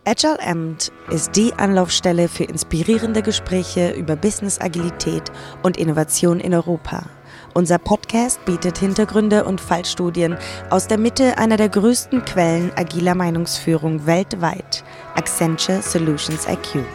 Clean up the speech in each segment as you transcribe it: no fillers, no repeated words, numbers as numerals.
Agile Amt ist die Anlaufstelle für inspirierende Gespräche über Business-Agilität und Innovation in Europa. Unser Podcast bietet Hintergründe und Fallstudien aus der Mitte einer der größten Quellen agiler Meinungsführung weltweit, Accenture Solutions IQ.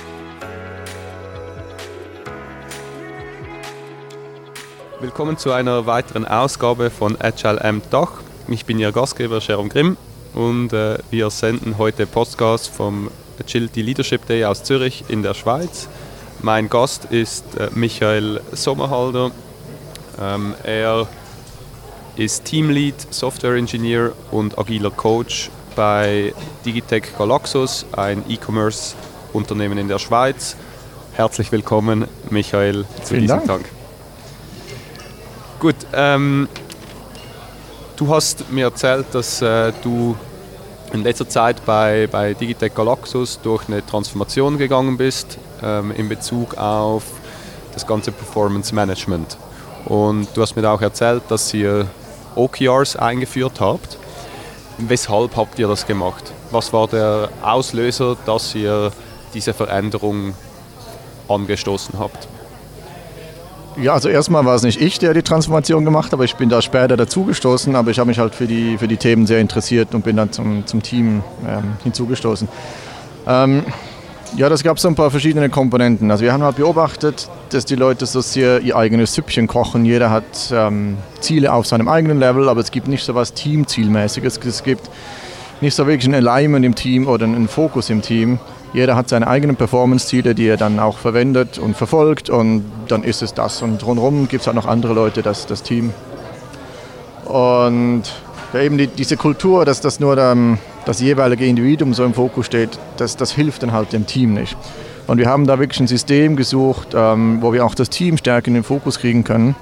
Willkommen zu einer weiteren Ausgabe von Agile Amt Dach. Ich bin Ihr Gastgeber Jérôme Grimm und wir senden heute Podcast vom Agility Leadership Day aus Zürich in der Schweiz. Mein Gast ist Michael Sommerhalder. Er ist Teamlead, Software Engineer und agiler Coach bei Digitec Galaxus, ein E-Commerce-Unternehmen in der Schweiz. Herzlich willkommen, Michael, zu diesem Tag. Gut, du hast mir erzählt, dass du in letzter Zeit bei Digitec Galaxus durch eine Transformation gegangen bist in Bezug auf das ganze Performance Management. Und du hast mir auch erzählt, dass ihr OKRs eingeführt habt. Weshalb habt ihr das gemacht? Was war der Auslöser, dass ihr diese Veränderung angestoßen habt? Ja, also erstmal war es nicht ich, der die Transformation gemacht hat, aber ich bin da später dazugestoßen, aber ich habe mich halt für die Themen sehr interessiert und bin dann zum Team hinzugestoßen. Ja, das gab so ein paar verschiedene Komponenten. Also wir haben halt beobachtet, dass die Leute so sehr ihr eigenes Süppchen kochen. Jeder hat Ziele auf seinem eigenen Level, aber es gibt nicht so was Teamzielmäßiges. Es gibt nicht so wirklich ein Alignment im Team oder einen Fokus im Team. Jeder hat seine eigenen Performance-Ziele, die er dann auch verwendet und verfolgt, und dann ist es das. Und rundherum gibt es halt noch andere Leute, das Team. Und ja, eben diese Kultur, dass das nur das jeweilige Individuum so im Fokus steht, das hilft dann halt dem Team nicht. Und wir haben da wirklich ein System gesucht, wo wir auch das Team stärker in den Fokus kriegen können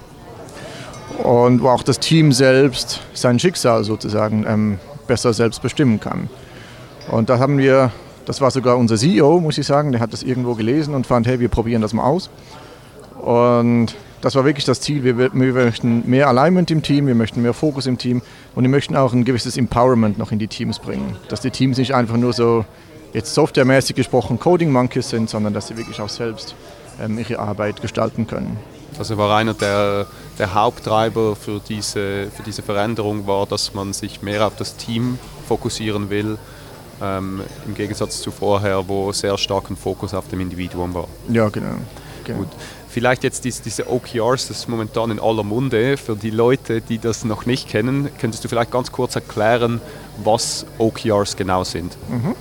und wo auch das Team selbst sein Schicksal sozusagen besser selbst bestimmen kann. Und da haben wir... Das war sogar unser CEO, muss ich sagen, der hat das irgendwo gelesen und fand, hey, wir probieren das mal aus. Und das war wirklich das Ziel, wir möchten mehr Alignment im Team, wir möchten mehr Fokus im Team und wir möchten auch ein gewisses Empowerment noch in die Teams bringen. Dass die Teams nicht einfach nur so, jetzt softwaremäßig gesprochen, Coding Monkeys sind, sondern dass sie wirklich auch selbst ihre Arbeit gestalten können. Also war einer der Haupttreiber für diese Veränderung war, dass man sich mehr auf das Team fokussieren will, im Gegensatz zu vorher, wo sehr starken Fokus auf dem Individuum war. Ja, genau. Gut. Vielleicht jetzt diese OKRs, das ist momentan in aller Munde. Für die Leute, die das noch nicht kennen, könntest du vielleicht ganz kurz erklären, was OKRs genau sind? Mhm.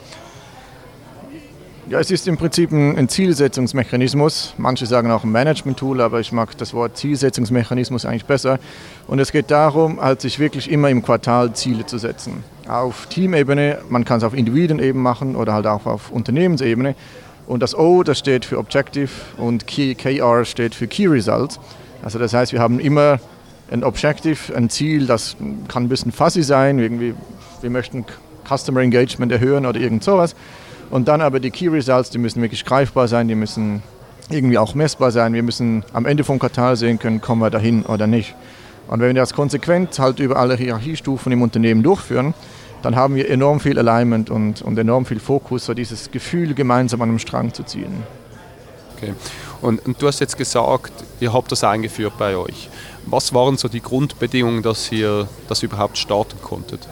Ja, es ist im Prinzip ein Zielsetzungsmechanismus. Manche sagen auch ein Management-Tool, aber ich mag das Wort Zielsetzungsmechanismus eigentlich besser. Und es geht darum, halt sich wirklich immer im Quartal Ziele zu setzen. Auf Teamebene, man kann es auf Individuenebene machen oder halt auch auf Unternehmensebene. Und das O, das steht für Objective, und KR steht für Key Results. Also das heißt, wir haben immer ein Objective, ein Ziel, das kann ein bisschen fuzzy sein, irgendwie wir möchten Customer Engagement erhöhen oder irgend sowas. Und dann aber die Key Results, die müssen wirklich greifbar sein, die müssen irgendwie auch messbar sein. Wir müssen am Ende vom Quartal sehen können, kommen wir dahin oder nicht. Und wenn wir das konsequent halt über alle Hierarchiestufen im Unternehmen durchführen, dann haben wir enorm viel Alignment und enorm viel Fokus, so dieses Gefühl, gemeinsam an einem Strang zu ziehen. Okay. Und du hast jetzt gesagt, ihr habt das eingeführt bei euch. Was waren so die Grundbedingungen, dass ihr das überhaupt starten konntet?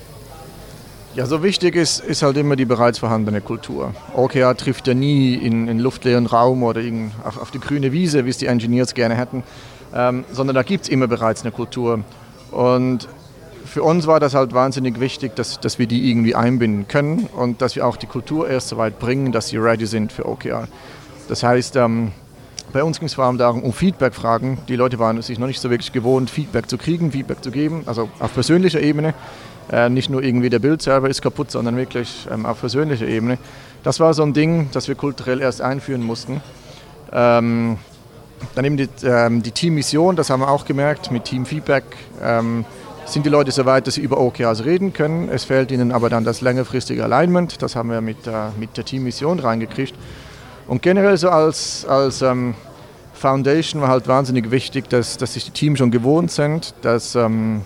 Ja, so wichtig ist halt immer die bereits vorhandene Kultur. OKR trifft ja nie in luftleeren Raum oder auf die grüne Wiese, wie es die Engineers gerne hätten, sondern da gibt es immer bereits eine Kultur. Und für uns war das halt wahnsinnig wichtig, dass wir die irgendwie einbinden können und dass wir auch die Kultur erst so weit bringen, dass sie ready sind für OKR. Das heißt, bei uns ging es vor allem darum, um Feedback-Fragen. Die Leute waren sich noch nicht so wirklich gewohnt, Feedback zu kriegen, Feedback zu geben, also auf persönlicher Ebene. Nicht nur irgendwie der Bildserver ist kaputt, sondern wirklich auf persönlicher Ebene. Das war so ein Ding, das wir kulturell erst einführen mussten. Dann eben die Teammission, das haben wir auch gemerkt, mit Teamfeedback sind die Leute so weit, dass sie über OKRs reden können. Es fehlt ihnen aber dann das längerfristige Alignment, das haben wir mit der Teammission reingekriegt. Und generell so als Foundation war halt wahnsinnig wichtig, dass sich die Teams schon gewohnt sind, dass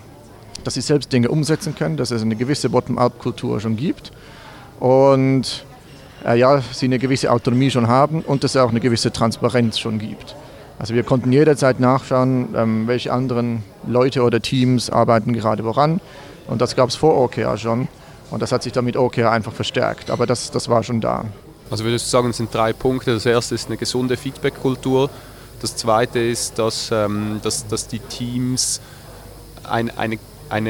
sie selbst Dinge umsetzen können, dass es eine gewisse Bottom-up-Kultur schon gibt. Und sie eine gewisse Autonomie schon haben und es auch eine gewisse Transparenz schon gibt. Also wir konnten jederzeit nachschauen, welche anderen Leute oder Teams arbeiten gerade woran. Und das gab es vor OKR schon. Und das hat sich dann mit OKR einfach verstärkt. Aber das war schon da. Also würdest du sagen, es sind 3 Punkte. Das erste ist eine gesunde Feedback-Kultur. Das zweite ist, dass die Teams eine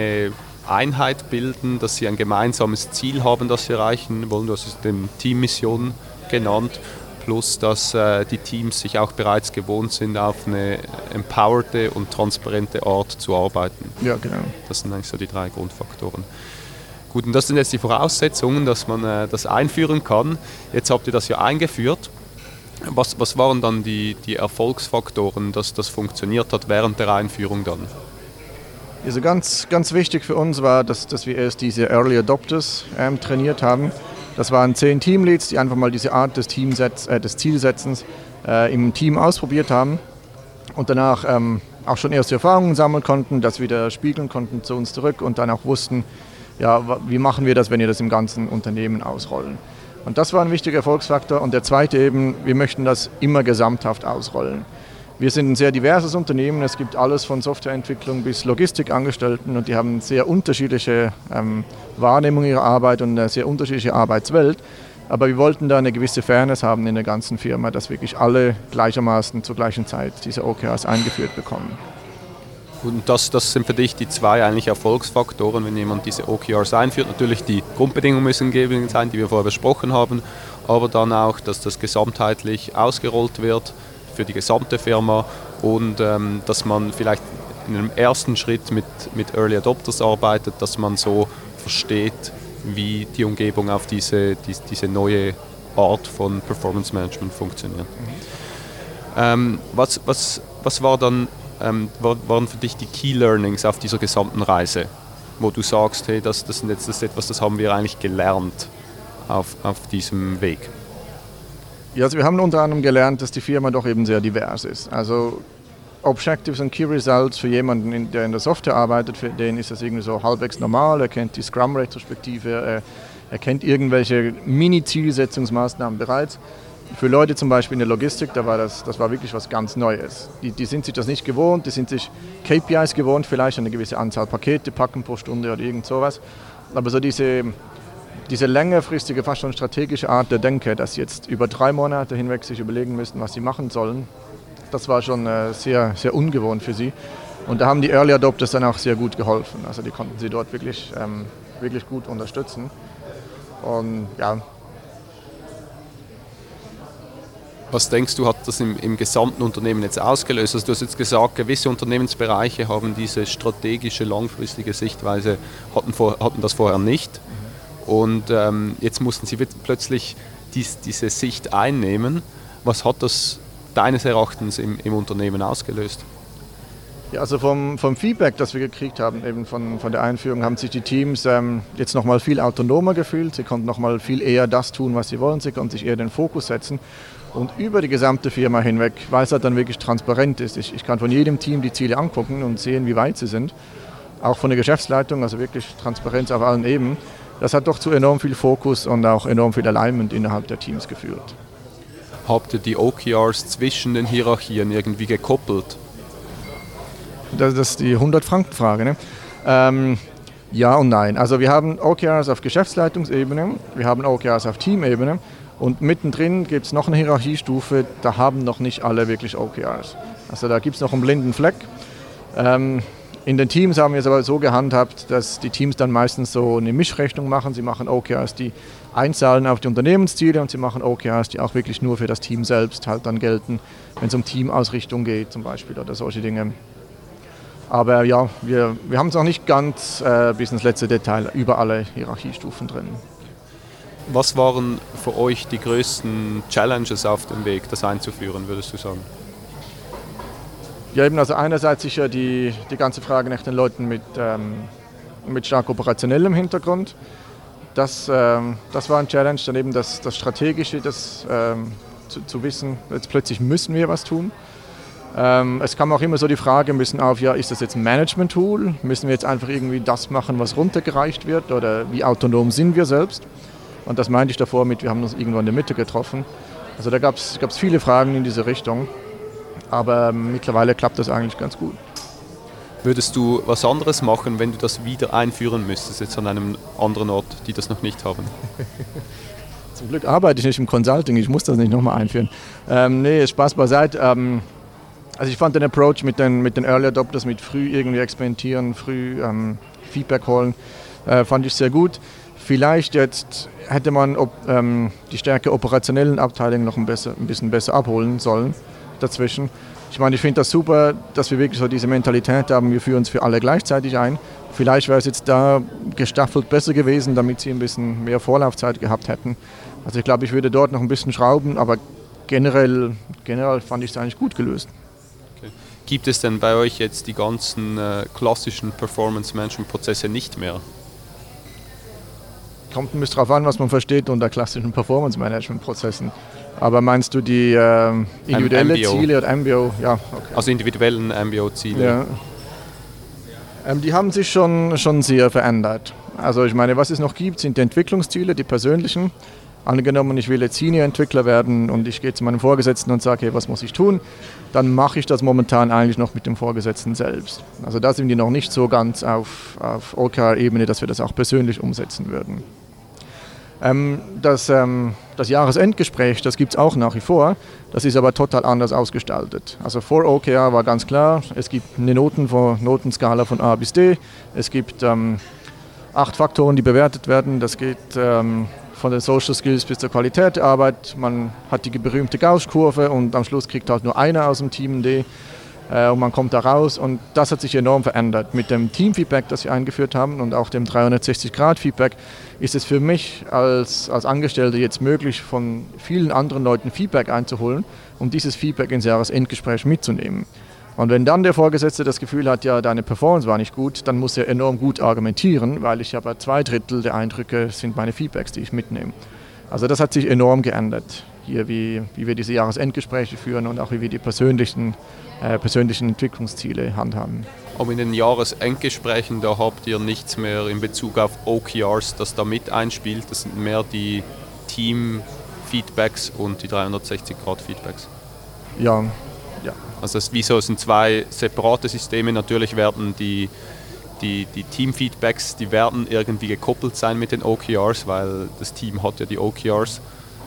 Einheit bilden, dass sie ein gemeinsames Ziel haben, das sie erreichen wollen. Du hast es den Teammission genannt. Plus, dass die Teams sich auch bereits gewohnt sind, auf eine empowerte und transparente Art zu arbeiten. Ja, genau. Das sind eigentlich so die 3 Grundfaktoren. Gut, und das sind jetzt die Voraussetzungen, dass man das einführen kann. Jetzt habt ihr das ja eingeführt. Was waren dann die Erfolgsfaktoren, dass das funktioniert hat während der Einführung dann? Also ganz, ganz wichtig für uns war, dass wir erst diese Early Adopters trainiert haben. Das waren 10 Teamleads, die einfach mal diese Art des Zielsetzens im Team ausprobiert haben und danach auch schon erste Erfahrungen sammeln konnten, das wieder spiegeln konnten zu uns zurück und dann auch wussten, ja, wie machen wir das, wenn wir das im ganzen Unternehmen ausrollen. Und das war ein wichtiger Erfolgsfaktor. Und der zweite eben, wir möchten das immer gesamthaft ausrollen. Wir sind ein sehr diverses Unternehmen, es gibt alles von Softwareentwicklung bis Logistikangestellten und die haben sehr unterschiedliche Wahrnehmung ihrer Arbeit und eine sehr unterschiedliche Arbeitswelt. Aber wir wollten da eine gewisse Fairness haben in der ganzen Firma, dass wirklich alle gleichermaßen zur gleichen Zeit diese OKRs eingeführt bekommen. Und das sind für dich die 2 eigentlich Erfolgsfaktoren, wenn jemand diese OKRs einführt. Natürlich die Grundbedingungen müssen gegeben sein, die wir vorher besprochen haben, aber dann auch, dass das gesamtheitlich ausgerollt wird für die gesamte Firma und dass man vielleicht in einem ersten Schritt mit Early Adopters arbeitet, dass man so versteht, wie die Umgebung auf diese neue Art von Performance Management funktioniert. Was waren für dich die Key Learnings auf dieser gesamten Reise, wo du sagst, hey, das ist etwas, das haben wir eigentlich gelernt auf diesem Weg? Ja, also wir haben unter anderem gelernt, dass die Firma doch eben sehr divers ist. Also Objectives und Key Results für jemanden, der in der Software arbeitet, für den ist das irgendwie so halbwegs normal. Er kennt die Scrum-Retrospektive, er kennt irgendwelche Mini-Zielsetzungsmaßnahmen bereits. Für Leute zum Beispiel in der Logistik, das war wirklich was ganz Neues. Die sind sich das nicht gewohnt, die sind sich KPIs gewohnt, vielleicht eine gewisse Anzahl Pakete packen pro Stunde oder irgend sowas. Aber so diese längerfristige, fast schon strategische Art der Denke, dass sie jetzt über 3 Monate hinweg sich überlegen müssen, was sie machen sollen, das war schon sehr, sehr ungewohnt für sie. Und da haben die Early Adopters dann auch sehr gut geholfen. Also die konnten sie dort wirklich gut unterstützen. Und ja. Was denkst du, hat das im gesamten Unternehmen jetzt ausgelöst? Also du hast jetzt gesagt, gewisse Unternehmensbereiche haben diese strategische, langfristige Sichtweise, hatten das vorher nicht. Und jetzt mussten sie plötzlich diese Sicht einnehmen. Was hat das deines Erachtens im Unternehmen ausgelöst? Ja, also vom Feedback, das wir gekriegt haben, eben von der Einführung, haben sich die Teams jetzt nochmal viel autonomer gefühlt. Sie konnten nochmal viel eher das tun, was sie wollen. Sie konnten sich eher den Fokus setzen. Und über die gesamte Firma hinweg, weil es halt dann wirklich transparent ist. Ich kann von jedem Team die Ziele angucken und sehen, wie weit sie sind. Auch von der Geschäftsleitung, also wirklich Transparenz auf allen Ebenen. Das hat doch zu enorm viel Fokus und auch enorm viel Alignment innerhalb der Teams geführt. Habt ihr die OKRs zwischen den Hierarchien irgendwie gekoppelt? Das ist die 100-Franken-Frage. Ne? Ja und nein. Also wir haben OKRs auf Geschäftsleitungsebene, wir haben OKRs auf Teamebene und mittendrin gibt es noch eine Hierarchiestufe, da haben noch nicht alle wirklich OKRs. Also da gibt es noch einen blinden Fleck. In den Teams haben wir es aber so gehandhabt, dass die Teams dann meistens so eine Mischrechnung machen. Sie machen OKRs, die einzahlen auf die Unternehmensziele und sie machen OKRs, die auch wirklich nur für das Team selbst halt dann gelten, wenn es um Teamausrichtung geht zum Beispiel oder solche Dinge. Aber ja, wir haben es noch nicht ganz bis ins letzte Detail über alle Hierarchiestufen drin. Was waren für euch die größten Challenges auf dem Weg, das einzuführen, würdest du sagen? Ja, eben, also einerseits sicher die ganze Frage nach den Leuten mit stark operationellem Hintergrund. Das war ein Challenge, dann eben das Strategische, zu wissen, jetzt plötzlich müssen wir was tun. Es kam auch immer so die Frage auf, ja, ist das jetzt ein Management-Tool? Müssen wir jetzt einfach irgendwie das machen, was runtergereicht wird? Oder wie autonom sind wir selbst? Und das meinte ich davor mit, wir haben uns irgendwo in der Mitte getroffen. Also da gab es viele Fragen in diese Richtung, aber mittlerweile klappt das eigentlich ganz gut. Würdest du was anderes machen, wenn du das wieder einführen müsstest, jetzt an einem anderen Ort, die das noch nicht haben? Zum Glück arbeite ich nicht im Consulting, ich muss das nicht nochmal einführen. Nee, Spaß beiseite. Also ich fand den Approach mit den Early Adopters, mit früh irgendwie experimentieren, früh Feedback holen, fand ich sehr gut. Vielleicht jetzt hätte man die stärker operationellen Abteilungen noch ein bisschen besser abholen sollen dazwischen. Ich meine, ich finde das super, dass wir wirklich so diese Mentalität haben, wir führen es für alle gleichzeitig ein. Vielleicht wäre es jetzt da gestaffelt besser gewesen, damit sie ein bisschen mehr Vorlaufzeit gehabt hätten. Also ich glaube, ich würde dort noch ein bisschen schrauben, aber generell fand ich es eigentlich gut gelöst. Okay. Gibt es denn bei euch jetzt die ganzen klassischen Performance-Management-Prozesse nicht mehr? Kommt ein bisschen drauf an, was man versteht unter klassischen Performance-Management-Prozessen. Aber meinst du die individuellen Ziele oder MBO? Ja, okay. Also individuellen MBO-Ziele? Ja. Die haben sich schon sehr verändert. Also ich meine, was es noch gibt, sind die Entwicklungsziele, die persönlichen. Angenommen, ich will jetzt Senior-Entwickler werden und ich gehe zu meinem Vorgesetzten und sage, hey, was muss ich tun? Dann mache ich das momentan eigentlich noch mit dem Vorgesetzten selbst. Also da sind die noch nicht so ganz auf OKR-Ebene, dass wir das auch persönlich umsetzen würden. Das Jahresendgespräch, das gibt es auch nach wie vor, das ist aber total anders ausgestaltet. Also vor OKR war ganz klar, es gibt eine Notenskala von A bis D, es gibt 8 Faktoren, die bewertet werden, das geht von den Social Skills bis zur Qualität der Arbeit. Man hat die berühmte Gauss-Kurve und am Schluss kriegt halt nur einer aus dem Team D und man kommt da raus und das hat sich enorm verändert. Mit dem Teamfeedback, das wir eingeführt haben und auch dem 360-Grad-Feedback ist es für mich als Angestellter jetzt möglich, von vielen anderen Leuten Feedback einzuholen, um dieses Feedback ins Jahresendgespräch mitzunehmen. Und wenn dann der Vorgesetzte das Gefühl hat, ja, deine Performance war nicht gut, dann muss er enorm gut argumentieren, weil ich habe 2/3 der Eindrücke sind meine Feedbacks, die ich mitnehme. Also das hat sich enorm geändert, hier wie wir diese Jahresendgespräche führen und auch wie wir die persönlichen Entwicklungsziele handhaben. Aber in den Jahresendgesprächen, da habt ihr nichts mehr in Bezug auf OKRs, das da mit einspielt. Das sind mehr die Team-Feedbacks und die 360-Grad-Feedbacks. Ja. Also es sind 2 separate Systeme. Natürlich werden die Team-Feedbacks, die werden irgendwie gekoppelt sein mit den OKRs, weil das Team hat ja die OKRs.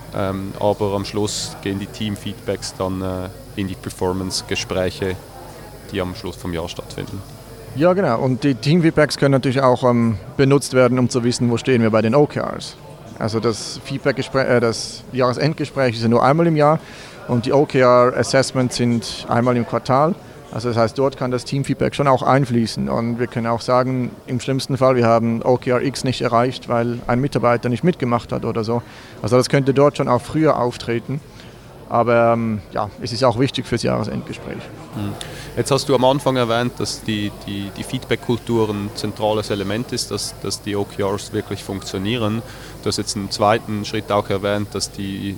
Aber am Schluss gehen die Team-Feedbacks dann in die Performance-Gespräche, die am Schluss vom Jahr stattfinden. Ja, genau. Und die Team-Feedbacks können natürlich auch benutzt werden, um zu wissen, wo stehen wir bei den OKRs. Also das das Jahresendgespräch ist ja nur einmal im Jahr und die OKR-Assessments sind einmal im Quartal. Also das heißt, dort kann das Teamfeedback schon auch einfließen und wir können auch sagen, im schlimmsten Fall, wir haben OKR X nicht erreicht, weil ein Mitarbeiter nicht mitgemacht hat oder so. Also das könnte dort schon auch früher auftreten. Aber es ist auch wichtig fürs Jahresendgespräch. Jetzt hast du am Anfang erwähnt, dass die Feedback-Kultur ein zentrales Element ist, dass die OKRs wirklich funktionieren. Du hast jetzt im zweiten Schritt auch erwähnt, dass die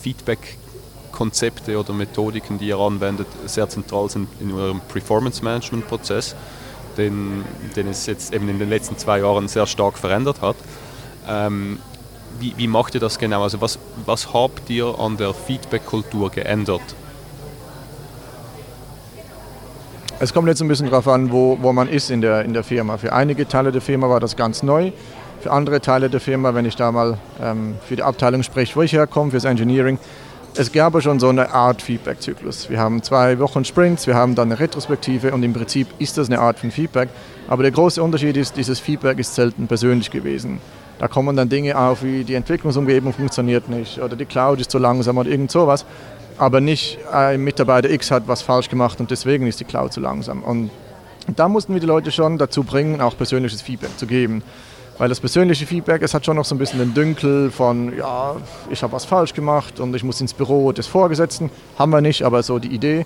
Feedback-Konzepte oder Methodiken, die ihr anwendet, sehr zentral sind in eurem Performance-Management-Prozess, den es jetzt eben in den letzten 2 Jahren sehr stark verändert hat. Wie macht ihr das genau? Also was habt ihr an der Feedback-Kultur geändert? Es kommt jetzt ein bisschen darauf an, wo man ist in der Firma. Für einige Teile der Firma war das ganz neu. Für andere Teile der Firma, wenn ich da mal für die Abteilung spreche, wo ich herkomme, fürs Engineering, es gab ja schon so eine Art Feedback-Zyklus. Wir haben 2 Wochen Sprints, wir haben dann eine Retrospektive und im Prinzip ist das eine Art von Feedback. Aber der große Unterschied ist, dieses Feedback ist selten persönlich gewesen. Da kommen dann Dinge auf, wie die Entwicklungsumgebung funktioniert nicht oder die Cloud ist zu langsam oder irgend sowas. Aber nicht ein Mitarbeiter X hat was falsch gemacht und deswegen ist die Cloud zu langsam. Und da mussten wir die Leute schon dazu bringen, auch persönliches Feedback zu geben. Weil das persönliche Feedback, es hat schon noch so ein bisschen den Dünkel von, ja, ich habe was falsch gemacht und ich muss ins Büro des Vorgesetzten. Haben wir nicht, aber so die Idee.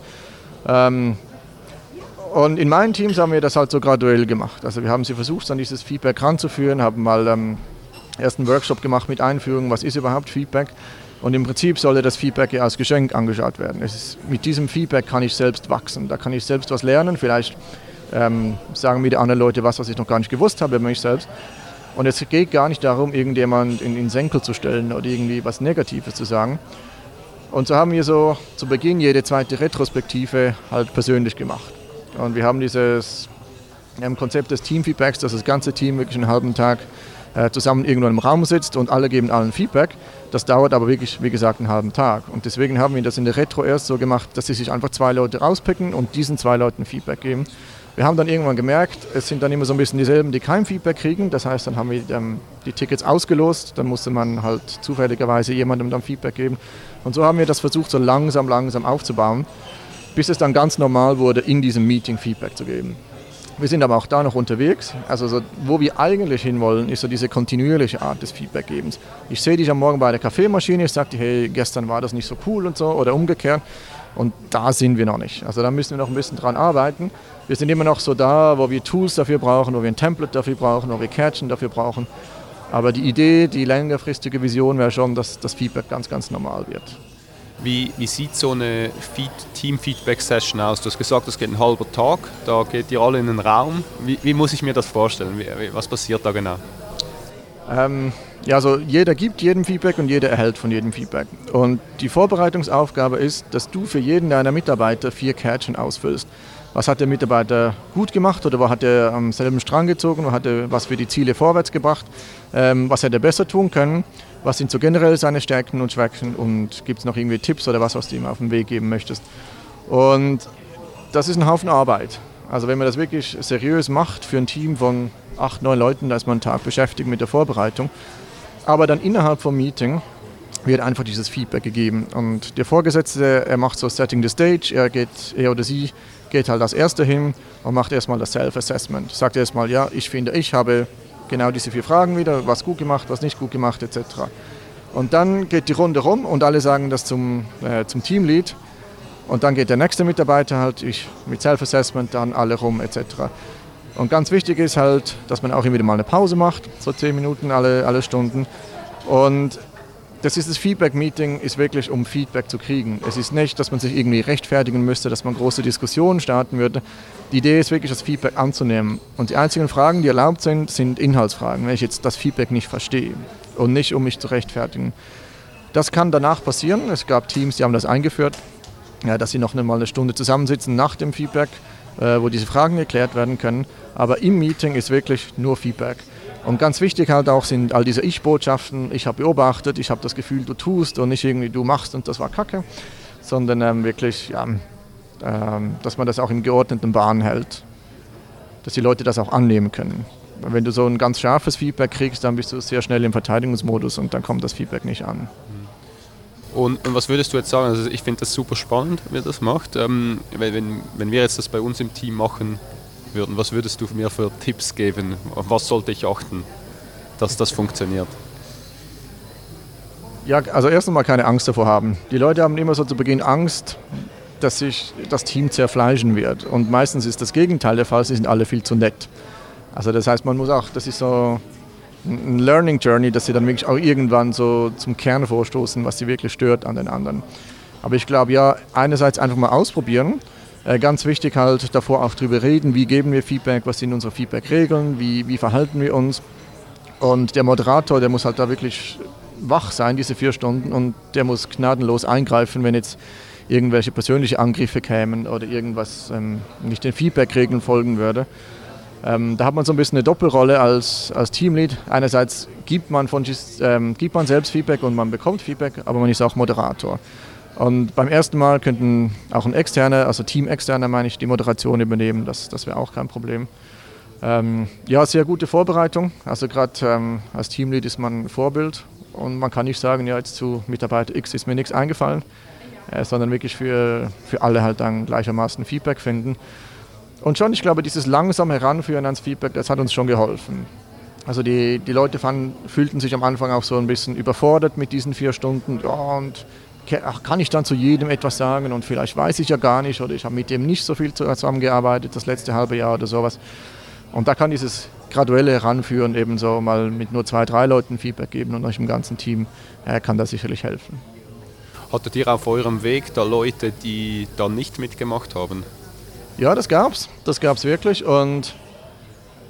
Und in meinen Teams haben wir das halt so graduell gemacht. Also wir haben sie versucht, an dieses Feedback ranzuführen, haben mal erst einen Workshop gemacht mit Einführung, was ist überhaupt Feedback. Und im Prinzip sollte das Feedback ja als Geschenk angeschaut werden. Mit diesem Feedback kann ich selbst wachsen, da kann ich selbst was lernen. Vielleicht sagen mir die anderen Leute was ich noch gar nicht gewusst habe über mich selbst. Und es geht gar nicht darum, irgendjemand in den Senkel zu stellen oder irgendwie was Negatives zu sagen. Und so haben wir so zu Beginn jede zweite Retrospektive halt persönlich gemacht. Und wir haben dieses Konzept des Teamfeedbacks, dass das ganze Team wirklich einen halben Tag zusammen irgendwo im Raum sitzt und alle geben allen Feedback. Das dauert aber wirklich, wie gesagt, einen halben Tag. Und deswegen haben wir das in der Retro erst so gemacht, dass sie sich einfach 2 Leute rauspicken und diesen 2 Leuten Feedback geben. Wir haben dann irgendwann gemerkt, es sind dann immer so ein bisschen dieselben, die kein Feedback kriegen. Das heißt, dann haben wir die Tickets ausgelost. Dann musste man halt zufälligerweise jemandem dann Feedback geben. Und so haben wir das versucht, so langsam aufzubauen, bis es dann ganz normal wurde, in diesem Meeting Feedback zu geben. Wir sind aber auch da noch unterwegs. Also so, wo wir eigentlich hinwollen, ist so diese kontinuierliche Art des Feedbackgebens. Ich sehe dich am Morgen bei der Kaffeemaschine, ich sage dir, hey, gestern war das nicht so cool und so oder umgekehrt. Und da sind wir noch nicht. Also da müssen wir noch ein bisschen dran arbeiten. Wir sind immer noch so da, wo wir Tools dafür brauchen, wo wir ein Template dafür brauchen, wo wir Kärtchen dafür brauchen. Aber die Idee, die längerfristige Vision wäre schon, dass das Feedback ganz, ganz normal wird. Wie sieht so eine Team-Feedback-Session aus? Du hast gesagt, das geht ein halber Tag, da geht ihr alle in einen Raum. Wie muss ich mir das vorstellen? Was passiert da genau? Ja, also jeder gibt jedem Feedback und jeder erhält von jedem Feedback. Und die Vorbereitungsaufgabe ist, dass du für jeden deiner Mitarbeiter 4 Kärtchen ausfüllst. Was hat der Mitarbeiter gut gemacht oder wo hat er am selben Strang gezogen, wo hat er was für die Ziele vorwärts gebracht, was hätte er besser tun können, was sind so generell seine Stärken und Schwächen und gibt es noch irgendwie Tipps oder was du ihm auf den Weg geben möchtest. Und das ist ein Haufen Arbeit. Also wenn man das wirklich seriös macht für ein Team von 8, 9 Leuten, da ist man einen Tag beschäftigt mit der Vorbereitung. Aber dann innerhalb vom Meeting wird einfach dieses Feedback gegeben. Und der Vorgesetzte, er macht so Setting the Stage, er oder sie geht halt als Erster hin und macht erstmal das Self-Assessment. Sagt erstmal, ja, ich finde, ich habe genau diese 4 Fragen wieder, was gut gemacht, was nicht gut gemacht, etc. Und dann geht die Runde rum und alle sagen das zum Teamlead. Und dann geht der nächste Mitarbeiter halt, ich mit Self-Assessment, dann alle rum, etc. Und ganz wichtig ist halt, dass man auch immer wieder mal eine Pause macht, so 10 Minuten alle Stunden. Und das Feedback-Meeting ist wirklich, um Feedback zu kriegen. Es ist nicht, dass man sich irgendwie rechtfertigen müsste, dass man große Diskussionen starten würde. Die Idee ist wirklich, das Feedback anzunehmen. Und die einzigen Fragen, die erlaubt sind, sind Inhaltsfragen, wenn ich jetzt das Feedback nicht verstehe und nicht, um mich zu rechtfertigen. Das kann danach passieren. Es gab Teams, die haben das eingeführt, ja, dass sie noch einmal eine Stunde zusammensitzen nach dem Feedback, wo diese Fragen geklärt werden können. Aber im Meeting ist wirklich nur Feedback. Und ganz wichtig halt auch sind all diese Ich-Botschaften, ich habe beobachtet, ich habe das Gefühl, du tust und nicht irgendwie du machst und das war Kacke, sondern wirklich, ja, dass man das auch in geordneten Bahnen hält, dass die Leute das auch annehmen können. Wenn du so ein ganz scharfes Feedback kriegst, dann bist du sehr schnell im Verteidigungsmodus und dann kommt das Feedback nicht an. Und was würdest du jetzt sagen? Also ich finde das super spannend, wie ihr das macht. Wenn wir jetzt das bei uns im Team machen würden, was würdest du mir für Tipps geben? Auf was sollte ich achten, dass das funktioniert? Ja, also erst einmal keine Angst davor haben. Die Leute haben immer so zu Beginn Angst, dass sich das Team zerfleischen wird. Und meistens ist das Gegenteil der Fall, sie sind alle viel zu nett. Also das heißt, man muss auch, das ist so ein Learning Journey, dass sie dann wirklich auch irgendwann so zum Kern vorstoßen, was sie wirklich stört an den anderen. Aber ich glaube, ja, einerseits einfach mal ausprobieren. Ganz wichtig halt davor auch drüber reden, wie geben wir Feedback, was sind unsere Feedback-Regeln, wie verhalten wir uns. Und der Moderator, der muss halt da wirklich wach sein, diese 4 Stunden, und der muss gnadenlos eingreifen, wenn jetzt irgendwelche persönliche Angriffe kämen oder irgendwas nicht den Feedback-Regeln folgen würde. Da hat man so ein bisschen eine Doppelrolle als Teamlead. Einerseits gibt man selbst Feedback und man bekommt Feedback, aber man ist auch Moderator. Und beim ersten Mal könnten auch ein Externer, also Team-Externer meine ich, die Moderation übernehmen. Das wäre auch kein Problem. Ja, sehr gute Vorbereitung. Also gerade als Teamlead ist man ein Vorbild und man kann nicht sagen, ja, jetzt zu Mitarbeiter X ist mir nichts eingefallen, sondern wirklich für alle halt dann gleichermaßen Feedback finden. Und schon, ich glaube, dieses langsame Heranführen ans Feedback, das hat uns schon geholfen. Also die Leute fühlten sich am Anfang auch so ein bisschen überfordert mit diesen 4 Stunden. Ja, und kann ich dann zu jedem etwas sagen und vielleicht weiß ich ja gar nicht oder ich habe mit dem nicht so viel zusammengearbeitet das letzte halbe Jahr oder sowas. Und da kann dieses graduelle Heranführen eben so mal mit nur 2, 3 Leuten Feedback geben und euch im ganzen Team kann das sicherlich helfen. Hattet ihr auf eurem Weg da Leute, die da nicht mitgemacht haben? Ja, das gab's wirklich und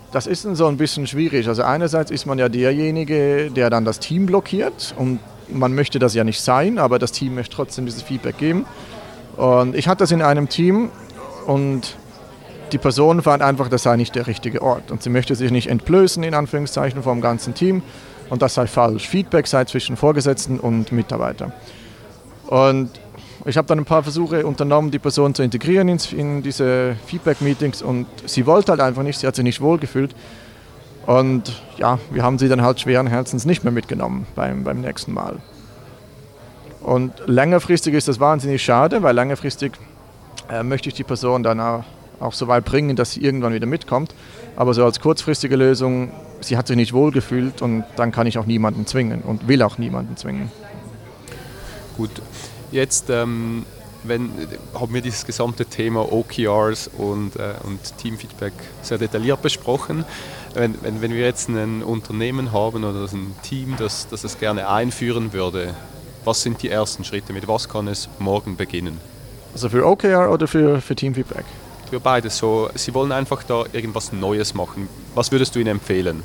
Das ist so ein bisschen schwierig. Also einerseits ist man ja derjenige, der dann das Team blockiert und man möchte das ja nicht sein, aber das Team möchte trotzdem dieses Feedback geben. Und ich hatte das in einem Team und die Person fand einfach, das sei nicht der richtige Ort und sie möchte sich nicht entblößen, in Anführungszeichen, vom ganzen Team und das sei falsch. Feedback sei zwischen Vorgesetzten und Mitarbeitern. Und ich habe dann ein paar Versuche unternommen, die Person zu integrieren in diese Feedback-Meetings und sie wollte halt einfach nicht, sie hat sich nicht wohlgefühlt. Und ja, wir haben sie dann halt schweren Herzens nicht mehr mitgenommen beim nächsten Mal. Und längerfristig ist das wahnsinnig schade, weil längerfristig möchte ich die Person dann auch so weit bringen, dass sie irgendwann wieder mitkommt. Aber so als kurzfristige Lösung, sie hat sich nicht wohlgefühlt und dann kann ich auch niemanden zwingen und will auch niemanden zwingen. Gut, jetzt haben wir dieses gesamte Thema OKRs und Teamfeedback sehr detailliert besprochen. Wenn wir jetzt ein Unternehmen haben oder ein Team, das es gerne einführen würde, was sind die ersten Schritte? Mit was kann es morgen beginnen? Also für OKR oder für Teamfeedback? Für beides. So, Sie wollen einfach da irgendwas Neues machen. Was würdest du ihnen empfehlen?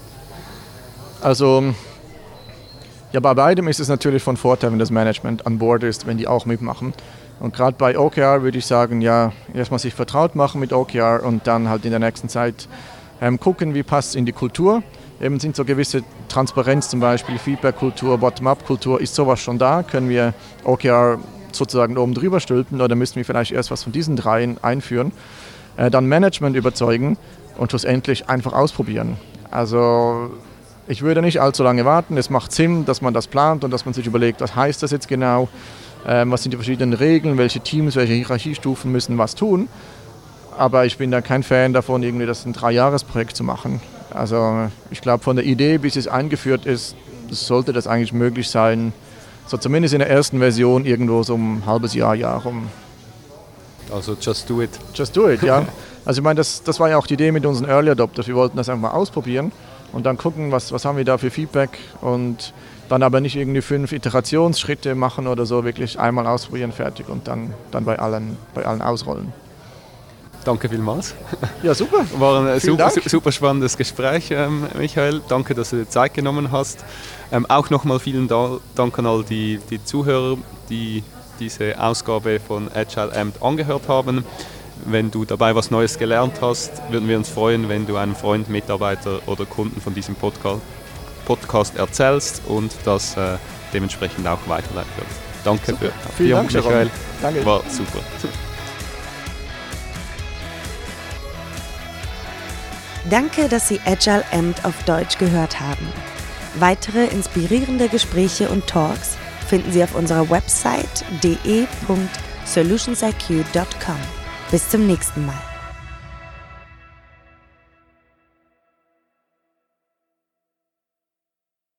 Also ja, bei beidem ist es natürlich von Vorteil, wenn das Management an Bord ist, wenn die auch mitmachen. Und gerade bei OKR würde ich sagen, ja, erstmal sich vertraut machen mit OKR und dann halt in der nächsten Zeit gucken, wie passt es in die Kultur. Eben sind so gewisse Transparenz, zum Beispiel Feedback-Kultur, Bottom-up-Kultur, ist sowas schon da? Können wir OKR sozusagen oben drüber stülpen oder müssen wir vielleicht erst was von diesen dreien einführen? Dann Management überzeugen und schlussendlich einfach ausprobieren. Also ich würde nicht allzu lange warten. Es macht Sinn, dass man das plant und dass man sich überlegt, was heißt das jetzt genau, was sind die verschiedenen Regeln, welche Teams, welche Hierarchiestufen müssen was tun. Aber ich bin da kein Fan davon, irgendwie das ein 3-Jahres-Projekt zu machen. Also ich glaube, von der Idee, bis es eingeführt ist, sollte das eigentlich möglich sein, so zumindest in der ersten Version irgendwo so ein halbes Jahr rum. Also just do it. Just do it, ja. Also ich meine, das war ja auch die Idee mit unseren Early Adopters. Wir wollten das einfach mal ausprobieren und dann gucken, was haben wir da für Feedback und dann aber nicht irgendwie 5 Iterationsschritte machen oder so, wirklich einmal ausprobieren, fertig und dann bei allen ausrollen. Danke vielmals. Ja, super. War ein super spannendes Gespräch, Michael. Danke, dass du dir Zeit genommen hast. Auch nochmal vielen Dank an all die Zuhörer, die diese Ausgabe von Agile Amped angehört haben. Wenn du dabei was Neues gelernt hast, würden wir uns freuen, wenn du einem Freund, Mitarbeiter oder Kunden von diesem Podcast erzählst und das dementsprechend auch weiterleiten wirst. Danke super. für Vielen Dank, Michael. Danke. War super. Danke, dass Sie Agile Amped auf Deutsch gehört haben. Weitere inspirierende Gespräche und Talks finden Sie auf unserer Website de.solutionsiq.com. Bis zum nächsten Mal.